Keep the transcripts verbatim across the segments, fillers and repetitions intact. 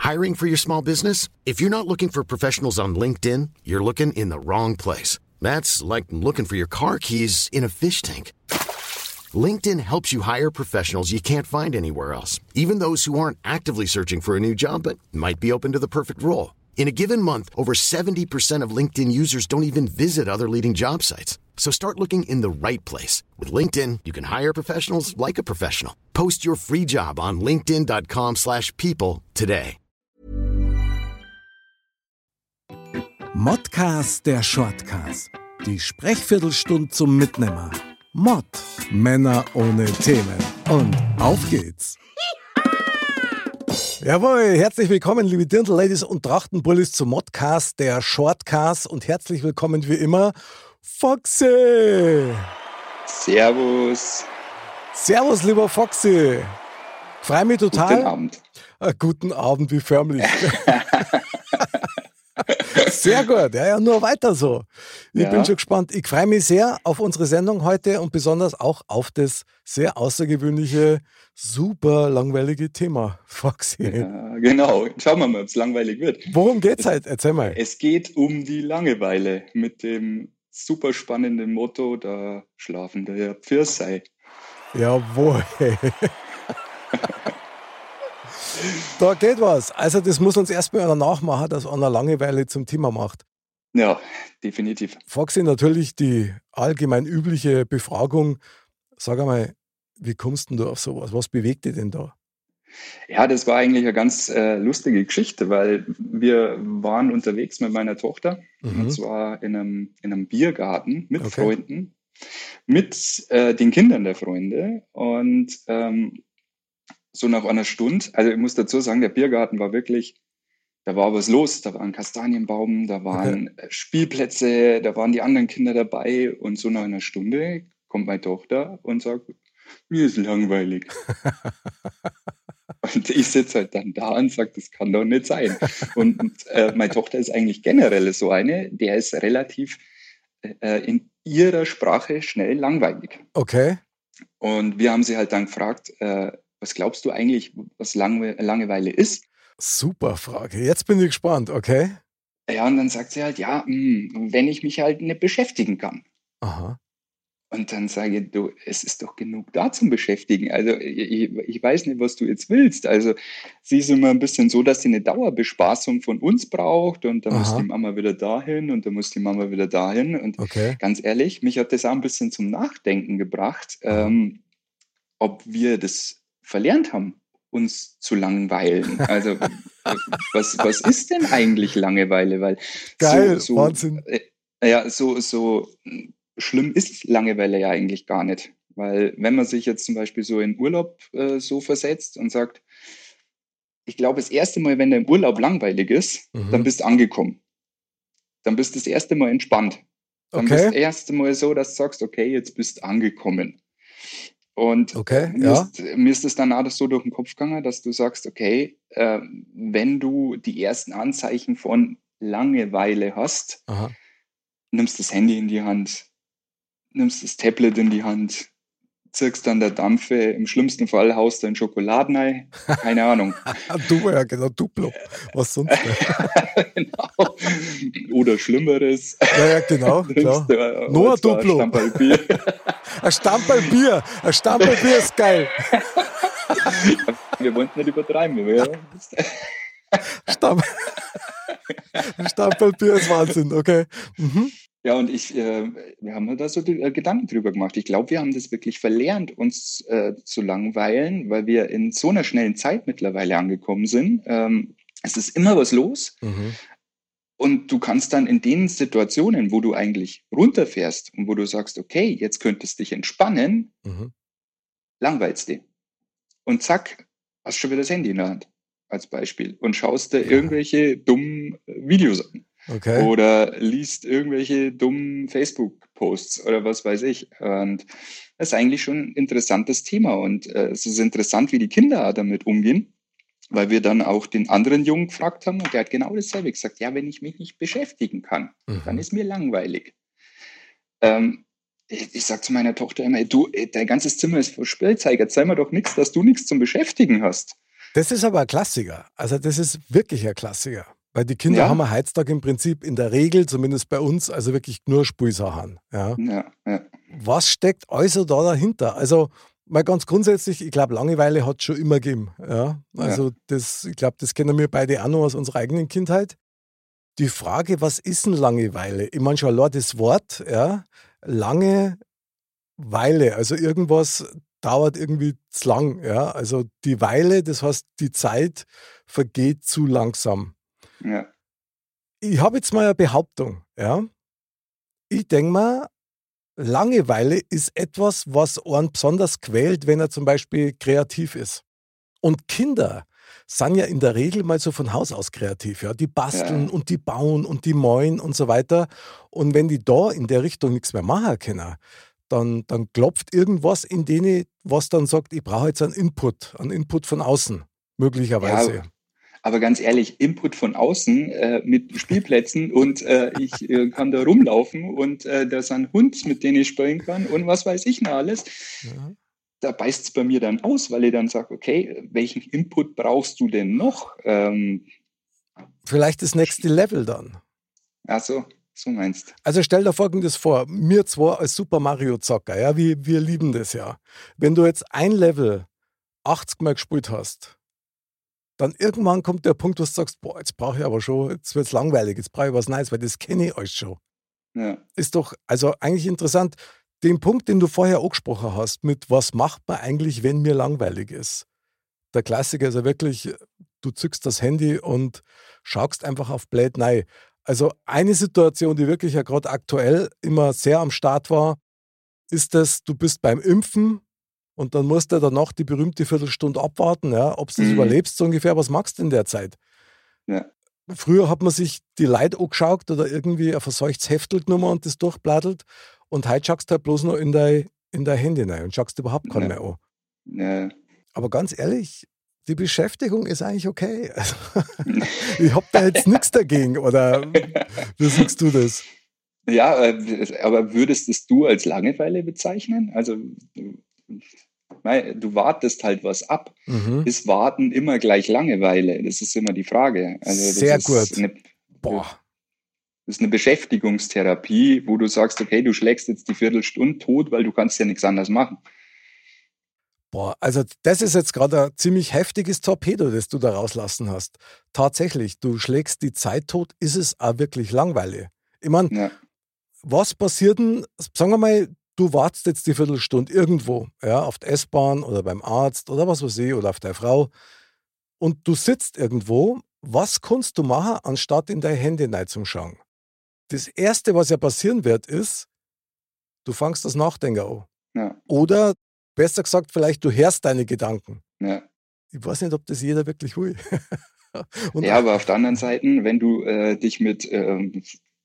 Hiring for your small business? If you're not looking for professionals on LinkedIn, you're looking in the wrong place. That's like looking for your car keys in a fish tank. LinkedIn helps you hire professionals you can't find anywhere else, even those who aren't actively searching for a new job but might be open to the perfect role. In a given month, over seventy percent of LinkedIn users don't even visit other leading job sites. So start looking in the right place. With LinkedIn, you can hire professionals like a professional. Post your free job on linkedin.com slash people today. Modcast, der Shortcast. Die Sprechviertelstunde zum Mitnehmer. Mod. Männer ohne Themen. Und auf geht's. Jawohl, herzlich willkommen, liebe Dirndl-Ladies und Trachtenbullis zum Modcast, der Shortcast. Und herzlich willkommen wie immer, Foxy. Servus. Servus, lieber Foxy. Freue mich total. Guten Abend. Äh, guten Abend, wie förmlich. Sehr gut, ja, ja, nur weiter so. Ich Ja. bin schon gespannt. Ich freue mich sehr auf unsere Sendung heute und besonders auch auf das sehr außergewöhnliche, super langweilige Thema, Foxy. Ja, genau. Schauen wir mal, ob es langweilig wird. Worum geht's heute? Erzähl mal. Es geht um die Langeweile mit dem super spannenden Motto, da schlafen der Pfirsei. Jawohl. Da geht was. Also das muss uns erstmal einer nachmachen, dass einer Langeweile zum Thema macht. Ja, definitiv. Foxy, natürlich die allgemein übliche Befragung. Sag einmal, wie kommst denn du auf sowas? Was bewegt dich denn da? Ja, das war eigentlich eine ganz äh, lustige Geschichte, weil wir waren unterwegs mit meiner Tochter, Mhm. und zwar in einem, in einem Biergarten mit Okay. Freunden, mit äh, den Kindern der Freunde, und ähm, so nach einer Stunde, also ich muss dazu sagen, der Biergarten war wirklich, da war was los, da war ein Kastanienbaum, da waren äh, Spielplätze, da waren die anderen Kinder dabei, und so nach einer Stunde kommt meine Tochter und sagt, mir ist langweilig. Und ich sitze halt dann da und sage, das kann doch nicht sein. Und, und äh, meine Tochter ist eigentlich generell so eine, der ist relativ äh, in ihrer Sprache schnell langweilig. Okay. Und wir haben sie halt dann gefragt, äh, was glaubst du eigentlich, was Lange Langeweile ist? Super Frage. Jetzt bin ich gespannt, okay? Ja, und dann sagt sie halt, ja, mh, wenn ich mich halt nicht beschäftigen kann. Aha. Und dann sage ich, du, es ist doch genug da zum Beschäftigen. Also ich, ich weiß nicht, was du jetzt willst. Also sie ist immer ein bisschen so, dass sie eine Dauerbespaßung von uns braucht, und dann muss Aha. die Mama wieder dahin und dann muss die Mama wieder dahin. Und Okay. ganz ehrlich, mich hat das auch ein bisschen zum Nachdenken gebracht, Aha. ähm, ob wir das verlernt haben, uns zu langweilen. Also was, was ist denn eigentlich Langeweile? Weil Geil, so, so, Wahnsinn. äh, ja, so, so mh, schlimm ist Langeweile ja eigentlich gar nicht. Weil wenn man sich jetzt zum Beispiel so in Urlaub äh, so versetzt und sagt, ich glaube, das erste Mal, wenn der im Urlaub langweilig ist, dann Mhm. bist du angekommen. Dann bist du das erste Mal entspannt. Dann bist du das Okay. erste Mal so, dass du sagst, okay, jetzt bist du angekommen. Und Okay, mir, ja. ist, mir ist es dann auch so durch den Kopf gegangen, dass du sagst, okay, äh, wenn du die ersten Anzeichen von Langeweile hast, Aha. nimmst das Handy in die Hand, nimmst das Tablet in die Hand, zirkst dann der Dampfe, im schlimmsten Fall haust du ein Schokoladen rein, keine Ahnung. Du, ja genau, Duplo. Was sonst? Ne? Genau. Oder Schlimmeres, Ja, ja, genau, trinkst klar. du äh, Nur ein zwar ein Duplo. Stamperl Bier. Ein Stamperl Bier. Ein Stamperl Bier ist geil. Wir wollten nicht übertreiben. Wir, Stam ein Stamperl Bier ist Wahnsinn, okay. Mhm. Ja, und ich, äh, wir haben mir da so die, äh, Gedanken drüber gemacht. Ich glaube, wir haben das wirklich verlernt, uns äh, zu langweilen, weil wir in so einer schnellen Zeit mittlerweile angekommen sind. Ähm, es ist immer was los, Mhm. und du kannst dann in den Situationen, wo du eigentlich runterfährst und wo du sagst, okay, jetzt könntest du dich entspannen, Mhm. langweilst dich. Und zack, hast schon wieder das Handy in der Hand, als Beispiel, und schaust dir Ja. irgendwelche dummen äh, Videos an. Okay. Oder liest irgendwelche dummen Facebook-Posts oder was weiß ich. Und das ist eigentlich schon ein interessantes Thema. Und äh, es ist interessant, wie die Kinder auch damit umgehen, weil wir dann auch den anderen Jungen gefragt haben, und der hat genau dasselbe gesagt. Ja, wenn ich mich nicht beschäftigen kann, dann Mhm. ist mir langweilig. Ähm, ich ich sage zu meiner Tochter immer, du, dein ganzes Zimmer ist voll Spielzeug, erzähl mir doch nichts, dass du nichts zum Beschäftigen hast. Das ist aber ein Klassiker. Also das ist wirklich ein Klassiker. Weil die Kinder Ja, haben am Heiztag im Prinzip in der Regel, zumindest bei uns, also wirklich nur Spielsachen. Ja. ja, ja, Was steckt also da dahinter? Also mal ganz grundsätzlich, ich glaube, Langeweile hat es schon immer gegeben. Ja. ja, Also das, ich glaube, das kennen wir beide auch noch aus unserer eigenen Kindheit. Die Frage, was ist denn Langeweile? Ich meine schon allein das Wort, ja, Langeweile, also irgendwas dauert irgendwie zu lang. Ja. Also die Weile, das heißt, die Zeit vergeht zu langsam. ja, Ich habe jetzt mal eine Behauptung. Ja. Ich denke mal, Langeweile ist etwas, was einen besonders quält, wenn er zum Beispiel kreativ ist. Und Kinder sind ja in der Regel mal so von Haus aus kreativ. Ja? Die basteln ja, und die bauen und die mäuen und so weiter. Und wenn die da in der Richtung nichts mehr machen können, dann, dann klopft irgendwas in denen, was dann sagt, ich brauche jetzt einen Input, einen Input von außen, möglicherweise. ja. Aber ganz ehrlich, Input von außen äh, mit Spielplätzen und äh, ich äh, kann da rumlaufen und äh, da ist ein Hund, mit dem ich spielen kann und was weiß ich noch alles. Ja. Da beißt es bei mir dann aus, weil ich dann sage, okay, welchen Input brauchst du denn noch? Ähm, Vielleicht das nächste Level dann. also, so meinst. Also stell dir Folgendes vor, wir zwei als Super Mario Zocker, ja, wir, wir lieben das ja. Wenn du jetzt ein Level achtzig Mal gespielt hast, dann irgendwann kommt der Punkt, wo du sagst, boah, jetzt brauche ich aber schon, jetzt wird es langweilig, jetzt brauche ich was Neues, weil das kenne ich alles schon. Ja, Ist doch also eigentlich interessant, den Punkt, den du vorher angesprochen hast, mit was macht man eigentlich, wenn mir langweilig ist. Der Klassiker ist ja wirklich, du zückst das Handy und schaust einfach auf Blade rein. Also eine Situation, die wirklich ja gerade aktuell immer sehr am Start war, ist das, du bist beim Impfen und dann musst du danach die berühmte Viertelstunde abwarten, ja, ob du das mhm. überlebst, so ungefähr. Was machst du in der Zeit? ja, Früher hat man sich die Leute angeschaut oder irgendwie ein verseuchtes Heftel genommen und das durchblättert. Und heute schaust du halt bloß noch in dein, in dein Handy rein und schaust überhaupt keinen mehr an. ja. Aber ganz ehrlich, die Beschäftigung ist eigentlich okay. Also, ich habe da jetzt nichts dagegen. Oder wie siehst du das? Ja, äh, aber würdest es du als Langeweile bezeichnen? Also, du, mei, du wartest halt was ab. Mhm. Ist Warten immer gleich Langeweile? Das ist immer die Frage. Also, das Sehr ist gut. eine, Boah. das ist eine Beschäftigungstherapie, wo du sagst, okay, du schlägst jetzt die Viertelstunde tot, weil du kannst ja nichts anderes machen. Boah, also das ist jetzt gerade ein ziemlich heftiges Torpedo, das du da rauslassen hast. Tatsächlich, du schlägst die Zeit tot, ist es auch wirklich Langeweile. Ich meine, Ja, was passiert denn, sagen wir mal, du wartest jetzt die Viertelstunde irgendwo, ja, auf der S-Bahn oder beim Arzt oder was weiß ich, oder auf deine Frau und du sitzt irgendwo, was kannst du machen, anstatt in dein Handy reinzuschauen? Das Erste, was ja passieren wird, ist, du fängst das Nachdenken an. ja, Oder besser gesagt, vielleicht du hörst deine Gedanken. ja. Ich weiß nicht, ob das jeder wirklich will. Und Ja, aber auf der anderen Seite, wenn du äh, dich mit ähm,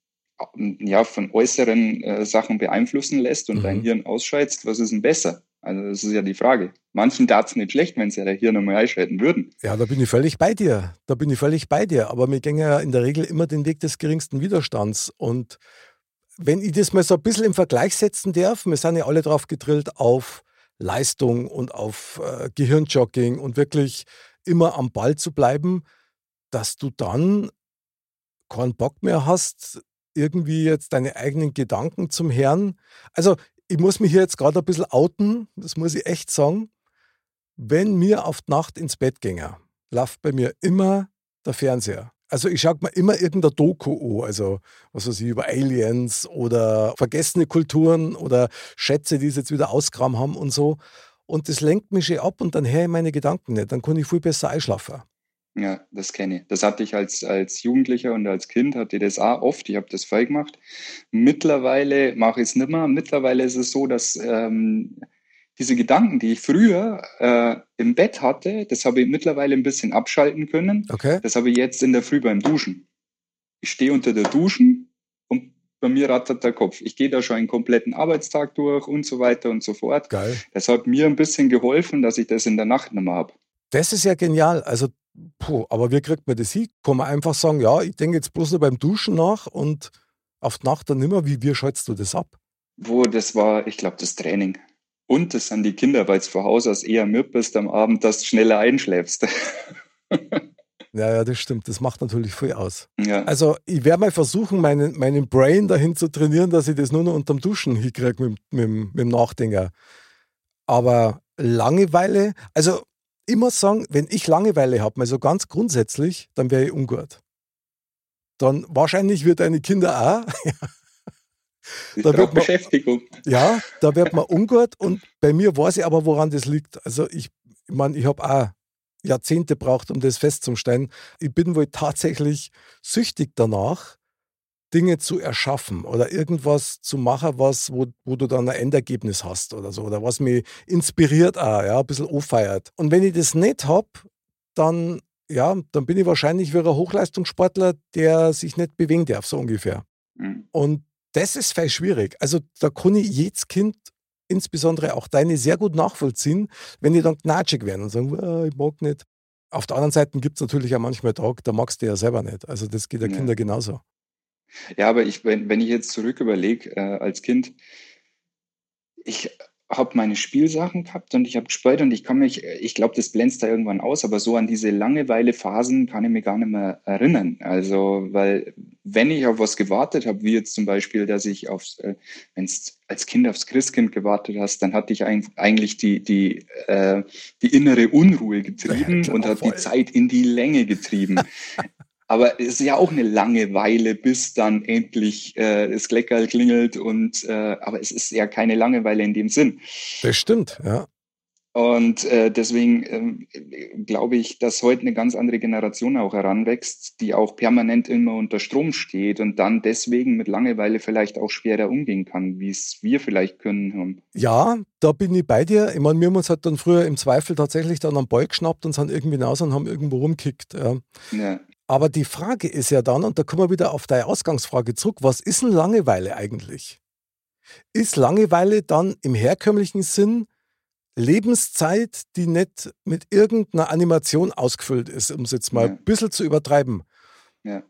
ja, von äußeren äh, Sachen beeinflussen lässt und dein mhm. Hirn ausschaltest, was ist denn besser? Also das ist ja die Frage. Manchen darf es nicht schlecht, wenn sie ja Hirn einmal einschalten würden. Ja, da bin ich völlig bei dir. Da bin ich völlig bei dir. Aber wir gehen ja in der Regel immer den Weg des geringsten Widerstands. Und wenn ich das mal so ein bisschen im Vergleich setzen darf, wir sind ja alle drauf gedrillt auf Leistung und auf äh, Gehirnjogging und wirklich immer am Ball zu bleiben, dass du dann keinen Bock mehr hast, irgendwie jetzt deine eigenen Gedanken zum Hören. Also ich muss mich hier jetzt gerade ein bisschen outen, das muss ich echt sagen. Wenn mir auf die Nacht ins Bett ginge, läuft bei mir immer der Fernseher. Also ich schaue mir immer irgendeine Doku an, also was weiß ich, über Aliens oder vergessene Kulturen oder Schätze, die es jetzt wieder ausgegraben haben und so. Und das lenkt mich schon ab und dann höre ich meine Gedanken nicht. Dann kann ich viel besser einschlafen. Ja, das kenne ich. Das hatte ich als, als Jugendlicher und als Kind, hatte ich das auch oft. Ich habe das voll gemacht. Mittlerweile mache ich es nicht mehr. Mittlerweile ist es so, dass ähm, diese Gedanken, die ich früher äh, im Bett hatte, das habe ich mittlerweile ein bisschen abschalten können. Okay? Das habe ich jetzt in der Früh beim Duschen. Ich stehe unter der Duschen und bei mir rattert der Kopf. Ich gehe da schon einen kompletten Arbeitstag durch und so weiter und so fort. Geil. Das hat mir ein bisschen geholfen, dass ich das in der Nacht nicht mehr habe. Das ist ja genial. Also, puh, aber wie kriegt man das hin? Kann man einfach sagen, ja, ich denke jetzt bloß noch beim Duschen nach und auf die Nacht dann nimmer. Wie, wie schaltest du das ab? Wo das war, ich glaube, das Training. Und das sind die Kinder, weil du von Haus aus eher müde bist am Abend, dass du schneller einschläfst. Ja, ja, das stimmt. Das macht natürlich viel aus. Ja. Also ich werde mal versuchen, meinen, meinen Brain dahin zu trainieren, dass ich das nur noch unterm Duschen hinkriege mit, mit, mit dem Nachdenker. Aber Langeweile, also ich muss sagen, wenn ich Langeweile habe, mal so ganz grundsätzlich, dann wäre ich ungut. Dann wahrscheinlich wird deine Kinder auch. Ich Da brauche wird man, Beschäftigung. ja, da wird man ungut und bei mir weiß ich aber, woran das liegt. Also ich, ich meine, ich habe auch Jahrzehnte braucht, um das festzustellen. Ich bin wohl tatsächlich süchtig danach, Dinge zu erschaffen oder irgendwas zu machen, was, wo, wo du dann ein Endergebnis hast oder so, oder was mich inspiriert auch, ja, ein bisschen anfeiert. Und wenn ich das nicht habe, dann, ja, dann bin ich wahrscheinlich wie ein Hochleistungssportler, der sich nicht bewegen darf, so ungefähr. Mhm. Und das ist viel schwierig. Also da kann ich jedes Kind, insbesondere auch deine, sehr gut nachvollziehen, wenn die dann knatschig werden und sagen, "Ah, ich mag nicht." Auf der anderen Seite gibt es natürlich auch manchmal Tage, da magst du ja selber nicht. Also das geht der Ja. Kinder genauso. Ja, aber ich, wenn, wenn ich jetzt zurück überlege, äh, als Kind, ich habe meine Spielsachen gehabt und ich habe gespielt und ich kann mich, ich glaube, das blendest da irgendwann aus, aber so an diese Langeweile-Phasen kann ich mich gar nicht mehr erinnern. Also, weil wenn ich auf was gewartet habe, wie jetzt zum Beispiel, dass ich aufs, äh, wenn es als Kind aufs Christkind gewartet hast, dann hatte ich ein, eigentlich die, die, äh, die innere Unruhe getrieben Ja, und klar, hat die voll. Zeit in die Länge getrieben. Aber es ist ja auch eine Langeweile, bis dann endlich äh, das Gleckerl klingelt und äh, aber es ist ja keine Langeweile in dem Sinn. Das stimmt, ja. Und äh, deswegen ähm, glaube ich, dass heute eine ganz andere Generation auch heranwächst, die auch permanent immer unter Strom steht und dann deswegen mit Langeweile vielleicht auch schwerer umgehen kann, wie es wir vielleicht können haben. Ja, da bin ich bei dir. Ich meine, wir haben uns halt dann früher im Zweifel tatsächlich dann am Ball geschnappt und sind irgendwie raus und haben irgendwo rumkickt. Ja. Ja, Aber die Frage ist ja dann, und da kommen wir wieder auf deine Ausgangsfrage zurück, was ist denn Langeweile eigentlich? Ist Langeweile dann im herkömmlichen Sinn Lebenszeit, die nicht mit irgendeiner Animation ausgefüllt ist, um es jetzt mal Ja. ein bisschen zu übertreiben? ja,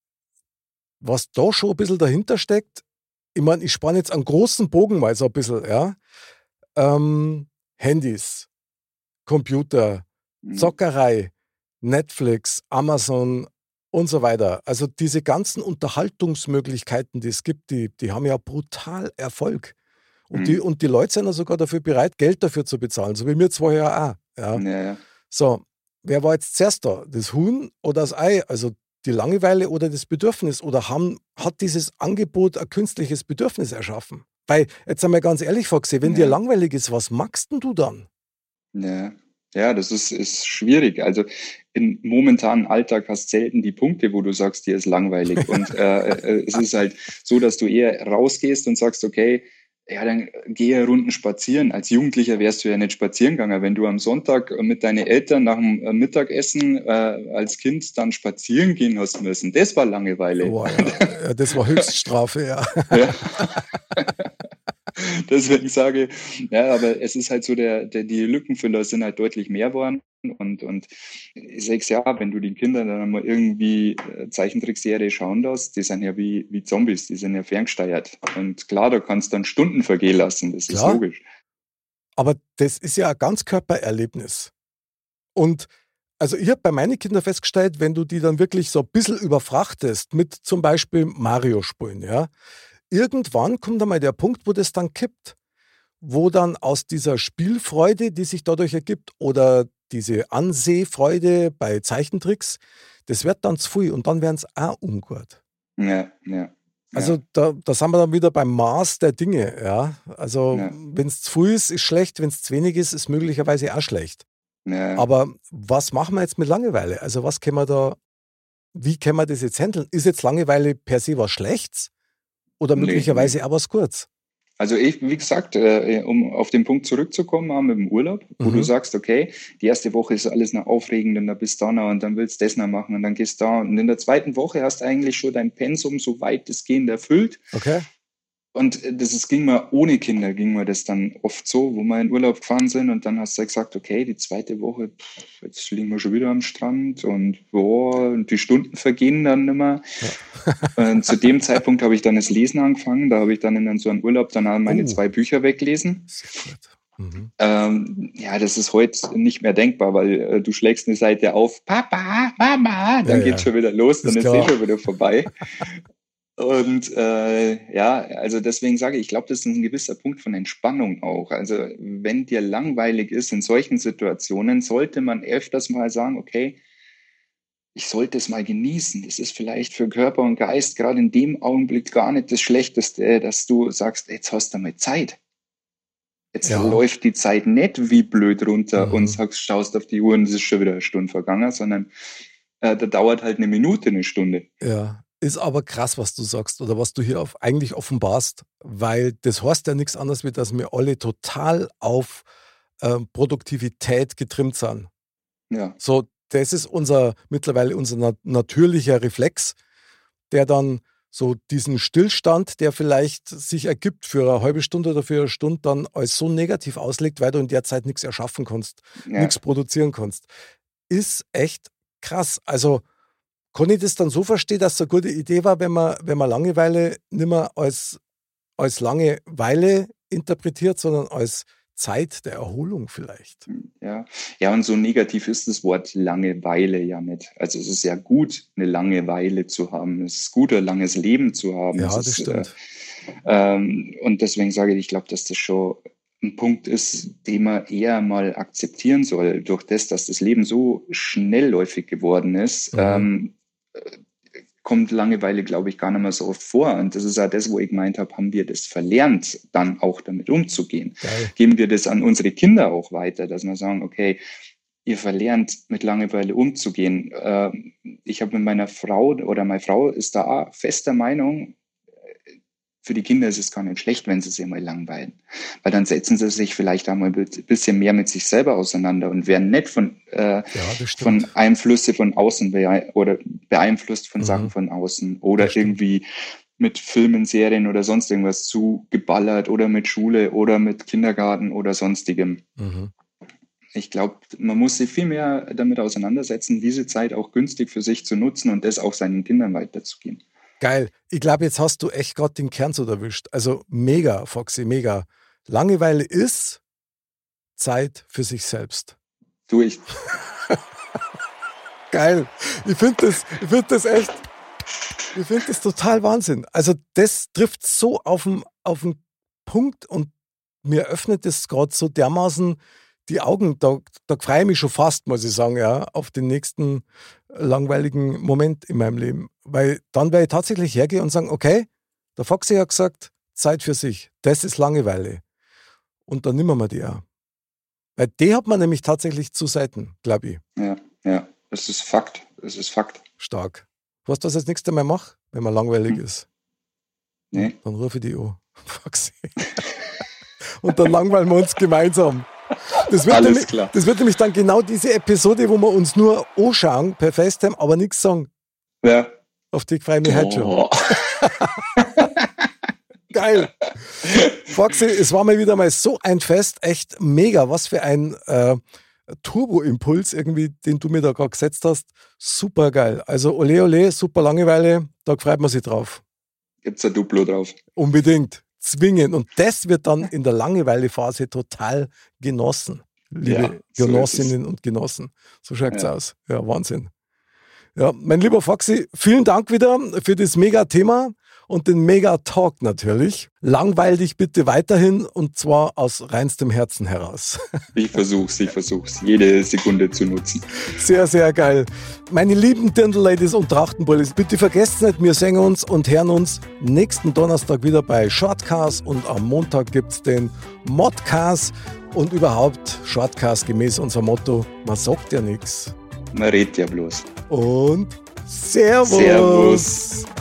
Was da schon ein bisschen dahinter steckt, ich meine, ich spanne jetzt einen großen Bogen mal so ein bisschen, ja. Ähm, Handys, Computer, mhm. Zockerei, Netflix, Amazon und so weiter. Also diese ganzen Unterhaltungsmöglichkeiten, die es gibt, die, die haben ja brutal Erfolg. Und, Mhm. die, und die Leute sind ja sogar dafür bereit, Geld dafür zu bezahlen, so wie wir zwei ja auch. Ja. ja, ja. So, wer war jetzt zuerst da? Das Huhn oder das Ei? Also die Langeweile oder das Bedürfnis? Oder haben, hat dieses Angebot ein künstliches Bedürfnis erschaffen? Weil, jetzt einmal ganz ehrlich vorgesehen, wenn Ja. dir langweilig ist, was magst denn du dann? Ja, ja, das ist, ist schwierig. Also im momentanen Alltag hast du selten die Punkte, wo du sagst, dir ist langweilig. Und äh, äh, es ist halt so, dass du eher rausgehst und sagst, okay, ja, dann gehe Runden spazieren. Als Jugendlicher wärst du ja nicht spazieren gegangen. Wenn du am Sonntag mit deinen Eltern nach dem äh, Mittagessen äh, als Kind dann spazieren gehen hast müssen, das war Langeweile. Oh, ja, ja, das war Höchststrafe, ja. Ja. Deswegen sage ich, ja, aber es ist halt so, der, der, die Lückenfüller sind halt deutlich mehr geworden. Und, und ich sag's ja, wenn du den Kindern dann mal irgendwie äh, Zeichentrickserie schauen lässt, die sind ja wie, wie Zombies, die sind ja ferngesteuert. Und klar, da kannst du dann Stunden vergehen lassen, das Klar. ist logisch. Aber das ist ja ein Ganzkörpererlebnis. Und also ich habe bei meinen Kindern festgestellt, wenn du die dann wirklich so ein bisschen überfrachtest mit zum Beispiel Mario-Spielen, ja, irgendwann kommt einmal der Punkt, wo das dann kippt, wo dann aus dieser Spielfreude, die sich dadurch ergibt, oder diese Ansehfreude bei Zeichentricks, das wird dann zu viel und dann werden es auch ungut. Ja, ja. Also ja. da, da sind wir dann wieder beim Maß der Dinge. Ja? Also Ja. wenn es zu viel ist, ist schlecht, wenn es zu wenig ist, ist möglicherweise auch schlecht. Ja. Aber was machen wir jetzt mit Langeweile? Also was können wir da, wie können wir das jetzt handeln? Ist jetzt Langeweile per se was Schlechtes oder Nee, möglicherweise auch was Gutes? Also ich, wie gesagt, äh, um auf den Punkt zurückzukommen, auch mit dem Urlaub, wo Mhm. du sagst, okay, die erste Woche ist alles noch aufregend und dann bist du da noch und dann willst du das noch machen und dann gehst du da und in der zweiten Woche hast du eigentlich schon dein Pensum so weitestgehend erfüllt. Okay. Und äh, das ist, ging mir ohne Kinder, ging mir das dann oft so, wo wir in Urlaub gefahren sind und dann hast du gesagt, okay, die zweite Woche, pff, jetzt liegen wir schon wieder am Strand und boah, und die Stunden vergehen dann nicht mehr. Und zu dem Zeitpunkt habe ich dann das Lesen angefangen, da habe ich dann in so einem Urlaub dann auch meine Oh. zwei Bücher weglesen. Sehr gut. Mhm. Ähm, ja, das ist heute nicht mehr denkbar, weil äh, du schlägst eine Seite auf, Papa, Mama, dann ja, geht ja. schon wieder los, dann ist, ist eh schon wieder vorbei. Und äh, ja, also deswegen sage ich, ich glaube, das ist ein gewisser Punkt von Entspannung auch. Also wenn dir langweilig ist in solchen Situationen, sollte man öfters mal sagen, okay, ich sollte es mal genießen. Das ist vielleicht für Körper und Geist gerade in dem Augenblick gar nicht das Schlechteste, dass du sagst, jetzt hast du mal Zeit. Jetzt ja. läuft die Zeit nicht wie blöd runter mhm. und sagst, schaust auf die Uhr und es ist schon wieder eine Stunde vergangen, sondern äh, da dauert halt eine Minute, eine Stunde. Ja, ist aber krass, was du sagst oder was du hier auf, eigentlich offenbarst, weil das heißt ja nichts anderes, wie dass wir alle total auf äh, Produktivität getrimmt sind. Ja. So, das ist unser mittlerweile unser nat- natürlicher Reflex, der dann so diesen Stillstand, der vielleicht sich ergibt für eine halbe Stunde oder für eine Stunde, dann als so negativ auslegt, weil du in der Zeit nichts erschaffen kannst, ja. nichts produzieren kannst. Ist echt krass. Also kann ich das dann so verstehen, dass es eine gute Idee war, wenn man, wenn man Langeweile nicht mehr als, als Langeweile interpretiert, sondern als Zeit der Erholung vielleicht. Ja. ja, und so negativ ist das Wort Langeweile ja nicht. Also es ist ja gut, eine Langeweile zu haben. Es ist gut, ein langes Leben zu haben. Ja, das, das ist, stimmt. Äh, ähm, und deswegen sage ich, ich glaube, dass das schon ein Punkt ist, den man eher mal akzeptieren soll. Durch das, dass das Leben so schnellläufig geworden ist, mhm. ähm, kommt Langeweile, glaube ich, gar nicht mehr so oft vor. Und das ist ja das, wo ich gemeint habe, haben wir das verlernt, dann auch damit umzugehen. Geil. Geben wir das an unsere Kinder auch weiter, dass wir sagen, okay, ihr verlernt, mit Langeweile umzugehen. Ich habe mit meiner Frau, oder meine Frau ist da auch fester Meinung, für die Kinder ist es gar nicht schlecht, wenn sie sich mal langweilen. Weil dann setzen sie sich vielleicht einmal ein bisschen mehr mit sich selber auseinander und werden nicht von, äh, ja, von Einflüsse von außen bee- oder beeinflusst von mhm. Sachen von außen oder irgendwie mit Filmen, Serien oder sonst irgendwas zugeballert oder mit Schule oder mit Kindergarten oder sonstigem. Mhm. Ich glaube, man muss sich viel mehr damit auseinandersetzen, diese Zeit auch günstig für sich zu nutzen und das auch seinen Kindern weiterzugeben. Geil. Ich glaube, jetzt hast du echt gerade den Kern so erwischt. Also mega, Foxy, mega. Langeweile ist Zeit für sich selbst. Du, ich. Geil. Ich finde das, ich find das echt, ich finde das total Wahnsinn. Also das trifft so auf den, auf den Punkt und mir öffnet das gerade so dermaßen die Augen. Da, da freue ich mich schon fast, muss ich sagen, ja, auf den nächsten langweiligen Moment in meinem Leben. Weil dann werde ich tatsächlich hergehen und sagen, okay, der Foxy hat gesagt, Zeit für sich. Das ist Langeweile. Und dann nehmen wir die auch. Weil die hat man nämlich tatsächlich zu Seiten, glaube ich. Ja, ja, das ist Fakt. Das ist Fakt. Stark. Weißt du, was ich das nächste Mal mache, wenn man langweilig hm. ist? Nee. Dann rufe ich die an. Foxy. Und dann langweilen wir uns gemeinsam. Das wird, Alles nämlich, klar. das wird nämlich dann genau diese Episode, wo wir uns nur anschauen per FaceTime, aber nichts sagen. Ja. Auf die freue ich mich heute schon. Geil. Foxy, es war mal wieder mal so ein Fest, echt mega. Was für ein äh, Turbo-Impuls irgendwie, den du mir da gerade gesetzt hast. Super geil. Also ole ole, super Langeweile, da freut man sich drauf. Gibt's ein Duplo drauf? Unbedingt. Zwingen. Und das wird dann in der Langeweile-Phase total genossen. Liebe ja, so Genossinnen und Genossen. So schaut's ja. aus. Ja, Wahnsinn. Ja, mein lieber Foxy, vielen Dank wieder für das Mega-Thema und den Mega-Talk natürlich. Langweil dich bitte weiterhin und zwar aus reinstem Herzen heraus. Ich versuch's, ich versuch's, jede Sekunde zu nutzen. Sehr, sehr geil. Meine lieben Dirndl-Ladies und Trachtenbullis, bitte vergesst nicht, wir sehen uns und hören uns nächsten Donnerstag wieder bei Shortcast und am Montag gibt's den Modcast und überhaupt Shortcast gemäß unser Motto, man sagt ja nichts. Man redet ja bloß. Und Servus. Servus.